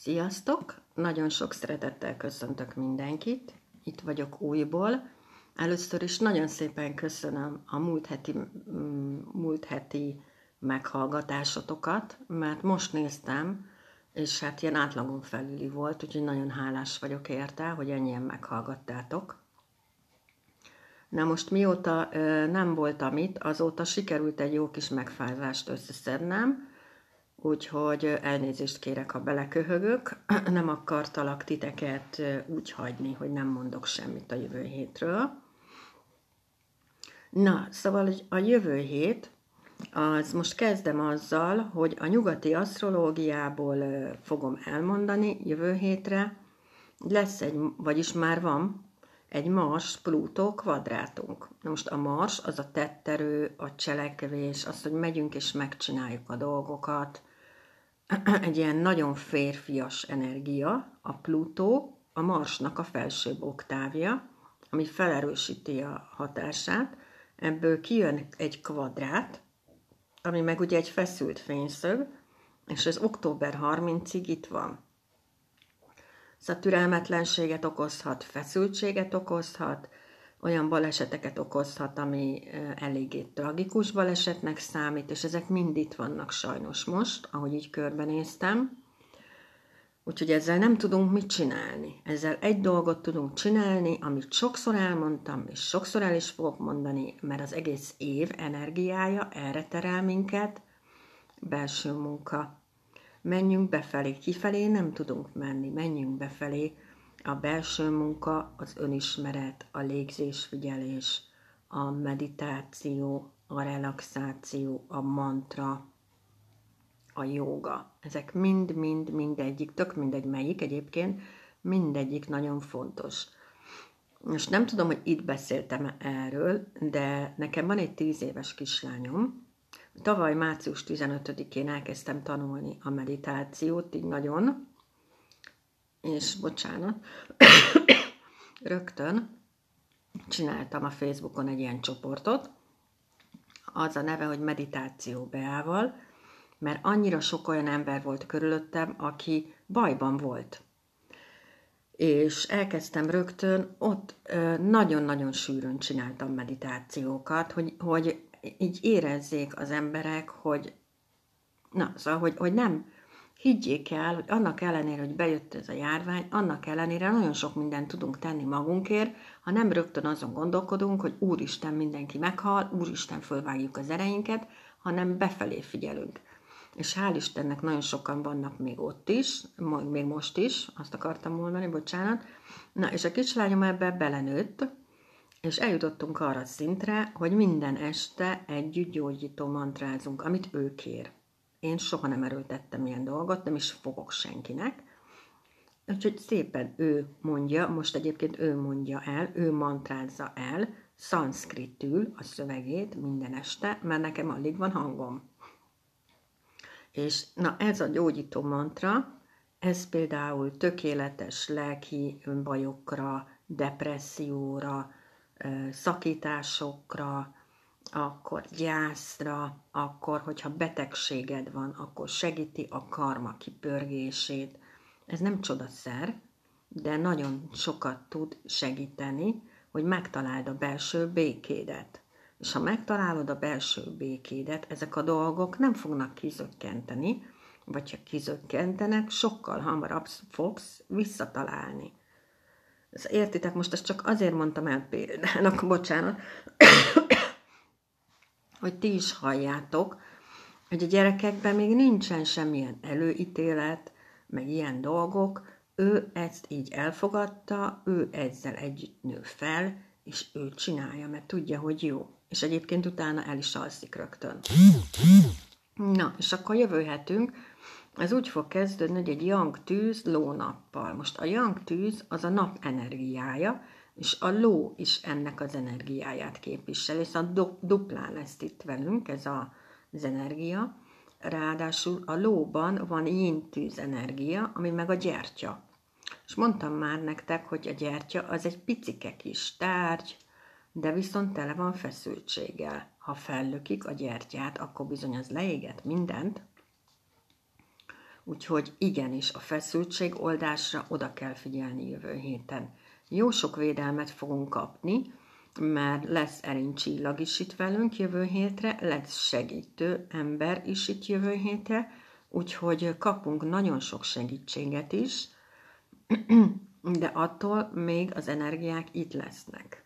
Sziasztok! Nagyon sok szeretettel köszöntök mindenkit. Itt vagyok újból. Először is nagyon szépen köszönöm a múlt heti meghallgatásotokat, mert most néztem, és hát ilyen átlagon felüli volt, úgyhogy nagyon hálás vagyok érte, hogy ennyien meghallgattátok. Na most mióta nem voltam itt, azóta sikerült egy jó kis megfázást összeszednem, úgyhogy elnézést kérek, ha beleköhögök. Nem akartalak titeket úgy hagyni, hogy nem mondok semmit a jövő hétről. Na, szóval a jövő hét, az most kezdem azzal, hogy a nyugati asztrológiából fogom elmondani jövő hétre. Lesz vagyis már van, egy Mars-Plutó kvadrátunk. Na most a Mars az a tetterő, a cselekvés, az, hogy megyünk és megcsináljuk a dolgokat. Egy ilyen nagyon férfias energia, a Plutó, a Marsnak a felsőbb oktávja, ami felerősíti a hatását. Ebből kijön egy kvadrát, ami meg ugye egy feszült fényszög, és ez október 30-ig itt van. Szóval türelmetlenséget okozhat, feszültséget okozhat, olyan baleseteket okozhat, ami eléggé tragikus balesetnek számít, és ezek mind itt vannak sajnos most, ahogy így körbenéztem. Úgyhogy ezzel nem tudunk mit csinálni. Ezzel egy dolgot tudunk csinálni, amit sokszor elmondtam, és sokszor el is fogok mondani, mert az egész év energiája erre terel minket, belső munka. Menjünk befelé, kifelé nem tudunk menni, menjünk befelé. A belső munka, az önismeret, a légzésfigyelés, a meditáció, a relaxáció, a mantra, a jóga. Ezek mindegyik, tök mindegy melyik egyébként, mindegyik nagyon fontos. Most nem tudom, hogy itt beszéltem erről, de nekem van egy 10 éves kislányom. Tavaly március 15-én elkezdtem tanulni a meditációt, így nagyon, és bocsánat, rögtön csináltam a Facebookon egy ilyen csoportot, az a neve, hogy meditáció Beával, mert annyira sok olyan ember volt körülöttem, aki bajban volt. És elkezdtem rögtön, ott nagyon-nagyon sűrűn csináltam meditációkat, hogy így érezzék az emberek, hogy szóval, hogy nem higgyék el, hogy annak ellenére, hogy bejött ez a járvány, annak ellenére nagyon sok mindent tudunk tenni magunkért, ha nem rögtön azon gondolkodunk, hogy Úristen, mindenki meghal, Úristen, fölvágjuk az ereinket, hanem befelé figyelünk. És hál' Istennek nagyon sokan vannak még ott is, még most is, azt akartam mondani, bocsánat. Na, és a kislányom ebbe belenőtt, és eljutottunk arra szintre, hogy minden este együtt gyógyító mantrázunk, amit ő kér. Én soha nem erőltettem ilyen dolgot, nem is fogok senkinek. Úgyhogy szépen ő mondja, most egyébként ő mondja el, ő mantrázza el, szanszkritül a szövegét minden este, mert nekem alig van hangom. És na ez a gyógyító mantra, ez például tökéletes lelki bajokra, depresszióra, szakításokra, akkor gyászra, akkor, hogyha betegséged van, akkor segíti a karma kipörgését. Ez nem csodaszer, de nagyon sokat tud segíteni, hogy megtaláld a belső békédet. És ha megtalálod a belső békédet, ezek a dolgok nem fognak kizökkenteni, vagy ha kizökkentenek, sokkal hamarabb fogsz visszatalálni. Értitek, most ezt csak azért mondtam el példának, bocsánat, hogy ti is halljátok, hogy a gyerekekben még nincsen semmilyen előítélet, meg ilyen dolgok, ő ezt így elfogadta, ő ezzel együtt nő fel, és ő csinálja, mert tudja, hogy jó. És egyébként utána el is alszik rögtön. Na, és akkor jövő hetünk, ez úgy fog kezdődni, hogy egy yang tűz lónappal. Most a yang tűz az a nap energiája, és a ló is ennek az energiáját képvisel, és a duplán lesz itt velünk ez az energia. Ráadásul a lóban van yin tűz energia, ami meg a gyertya. És mondtam már nektek, hogy a gyertya az egy picike kis tárgy, de viszont tele van feszültséggel. Ha fellökik a gyertyát, akkor bizony az leéget mindent. Úgyhogy igenis a feszültség oldásra oda kell figyelni jövő héten. Jó sok védelmet fogunk kapni, mert lesz erénycsillag is itt velünk jövő hétre, lesz segítő ember is itt jövő hétre, úgyhogy kapunk nagyon sok segítséget is, de attól még az energiák itt lesznek.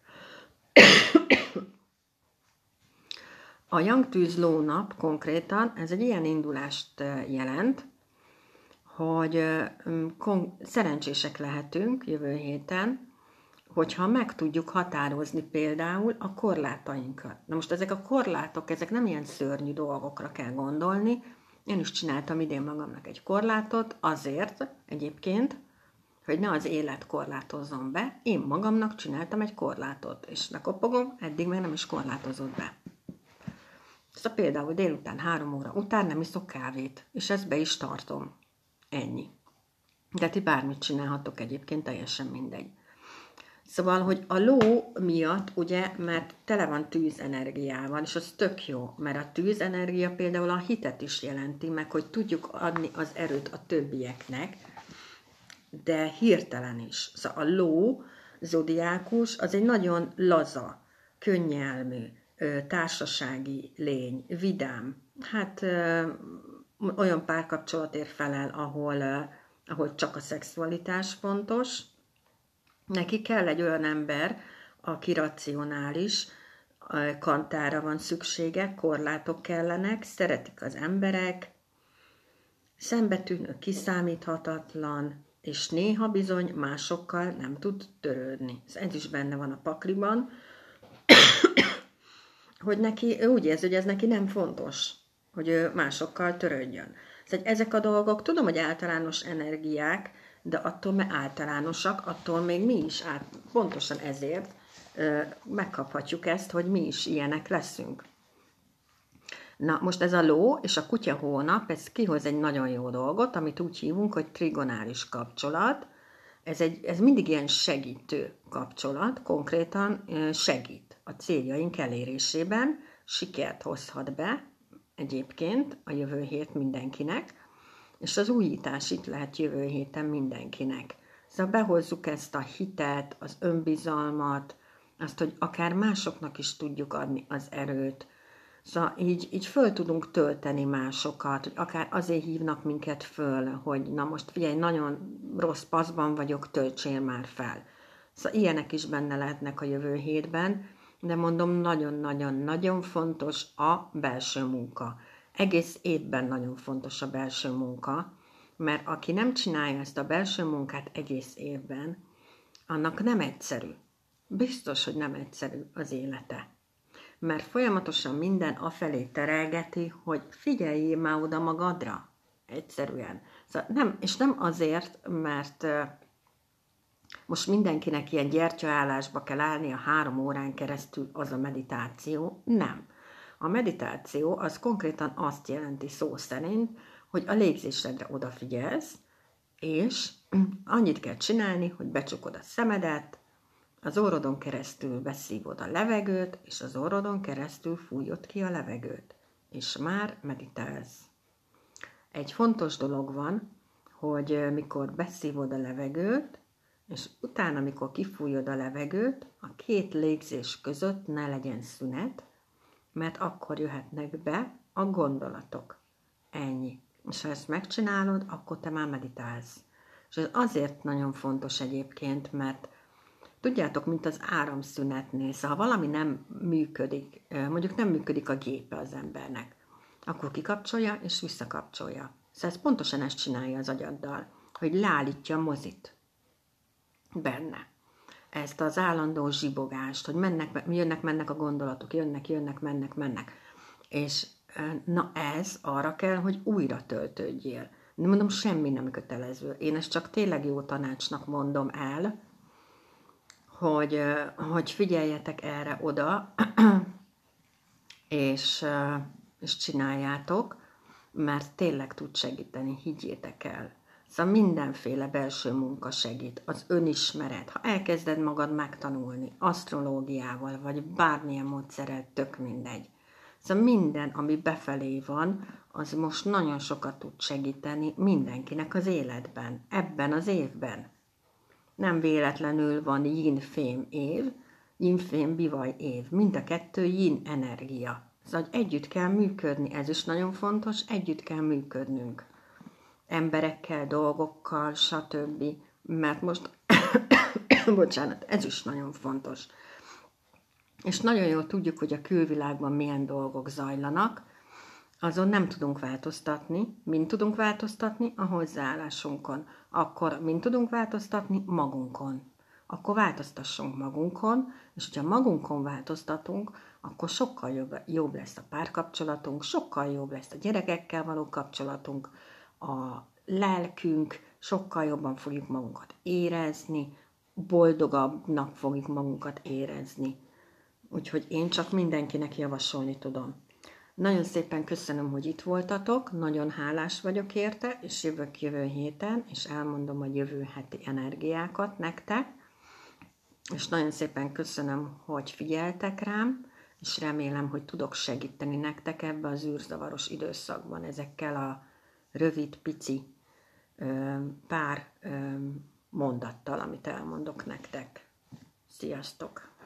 A Yang-tűz lónap konkrétan, ez egy ilyen indulást jelent, hogy szerencsések lehetünk jövő héten, hogyha meg tudjuk határozni például a korlátainkat. Na most ezek a korlátok, ezek nem ilyen szörnyű dolgokra kell gondolni. Én is csináltam idén magamnak egy korlátot, azért egyébként, hogy ne az élet korlátozzon be. Én magamnak csináltam egy korlátot, és lekopogom, eddig még nem is korlátozott be. Szóval például délután 3 óra után nem iszok kávét, és ezt be is tartom. Ennyi. De ti bármit csinálhatok egyébként, teljesen mindegy. Szóval, hogy a ló miatt, ugye, mert tele van tűzenergiával, és az tök jó, mert a tűzenergia például a hitet is jelenti, meg hogy tudjuk adni az erőt a többieknek, de hirtelen is. Szóval a ló zodiákus az egy nagyon laza, könnyelmű, társasági lény, vidám. Hát olyan párkapcsolatért felel, ahol csak a szexualitás fontos. Neki kell egy olyan ember, aki racionális, kantára van szüksége, korlátok kellenek, szeretik az emberek, szembetűnő, kiszámíthatatlan, és néha bizony másokkal nem tud törődni. Ez is benne van a pakliban, hogy neki, úgy érzi, hogy ez neki nem fontos, hogy ő másokkal törődjön. Szóval ezek a dolgok, tudom, hogy általános energiák, de attól, mert általánosak, attól még mi is pontosan ezért megkaphatjuk ezt, hogy mi is ilyenek leszünk. Na, most ez a ló és a kutya hónap, ez kihoz egy nagyon jó dolgot, amit úgy hívunk, hogy trigonális kapcsolat. Ez mindig ilyen segítő kapcsolat, konkrétan segít a céljaink elérésében, sikert hozhat be egyébként a jövő hét mindenkinek, és az újítás itt lehet jövő héten mindenkinek. Szóval behozzuk ezt a hitet, az önbizalmat, azt, hogy akár másoknak is tudjuk adni az erőt. Szóval így föl tudunk tölteni másokat, hogy akár azért hívnak minket föl, hogy na most figyelj, nagyon rossz paszban vagyok, töltsél már fel. Szóval ilyenek is benne lehetnek a jövő hétben, de mondom, nagyon-nagyon-nagyon fontos a belső munka. Egész évben nagyon fontos a belső munka, mert aki nem csinálja ezt a belső munkát egész évben, annak nem egyszerű. Biztos, hogy nem egyszerű az élete. Mert folyamatosan minden afelé terelgeti, hogy figyeljél már oda magadra. Egyszerűen. Szóval nem azért, mert most mindenkinek ilyen gyertyaállásba kell állni a 3 órán keresztül, az a meditáció. Nem. A meditáció az konkrétan azt jelenti szó szerint, hogy a légzésedre odafigyelsz, és annyit kell csinálni, hogy becsukod a szemedet, az orrodon keresztül beszívod a levegőt, és az orrodon keresztül fújod ki a levegőt. És már meditálsz. Egy fontos dolog van, hogy mikor beszívod a levegőt, és utána, mikor kifújod a levegőt, a 2 légzés között ne legyen szünet, mert akkor jöhetnek be a gondolatok. Ennyi. És ha ezt megcsinálod, akkor te már meditálsz. És ez azért nagyon fontos egyébként, mert tudjátok, mint az áramszünetnél, szóval ha valami nem működik, mondjuk nem működik a gépe az embernek, akkor kikapcsolja és visszakapcsolja. Szóval ez pontosan ezt csinálja az agyaddal, hogy leállítja a mozit benne. Ezt az állandó zsibogást, hogy jönnek-mennek a gondolatok, jönnek, mennek. És na ez arra kell, hogy újra töltődjél. De mondom, semmi nem kötelező. Én ezt csak tényleg jó tanácsnak mondom el, hogy figyeljetek erre oda, és csináljátok, mert tényleg tud segíteni, higgyétek el. Szóval mindenféle belső munka segít, az önismeret. Ha elkezded magad megtanulni, asztrológiával, vagy bármilyen módszerrel, tök mindegy. Szóval minden, ami befelé van, az most nagyon sokat tud segíteni mindenkinek az életben, ebben az évben. Nem véletlenül van yin-fém év, yin-fém bivaj év, mind a kettő yin energia. Szóval együtt kell működni, ez is nagyon fontos, együtt kell működnünk. Emberekkel, dolgokkal, stb. Mert most, bocsánat, ez is nagyon fontos. És nagyon jól tudjuk, hogy a külvilágban milyen dolgok zajlanak, azon nem tudunk változtatni. Mind tudunk változtatni? A hozzáállásunkon. Akkor mind tudunk változtatni? Magunkon. Akkor változtassunk magunkon, és hogyha magunkon változtatunk, akkor sokkal jobb lesz a párkapcsolatunk, sokkal jobb lesz a gyerekekkel való kapcsolatunk, a lelkünk, sokkal jobban fogjuk magunkat érezni, boldogabbnak fogjuk magunkat érezni. Úgyhogy én csak mindenkinek javasolni tudom. Nagyon szépen köszönöm, hogy itt voltatok, nagyon hálás vagyok érte, és jövök jövő héten, és elmondom a jövő heti energiákat nektek. És nagyon szépen köszönöm, hogy figyeltek rám, és remélem, hogy tudok segíteni nektek ebbe az űrzavaros időszakban ezekkel a rövid, pici pár mondattal, amit elmondok nektek. Sziasztok!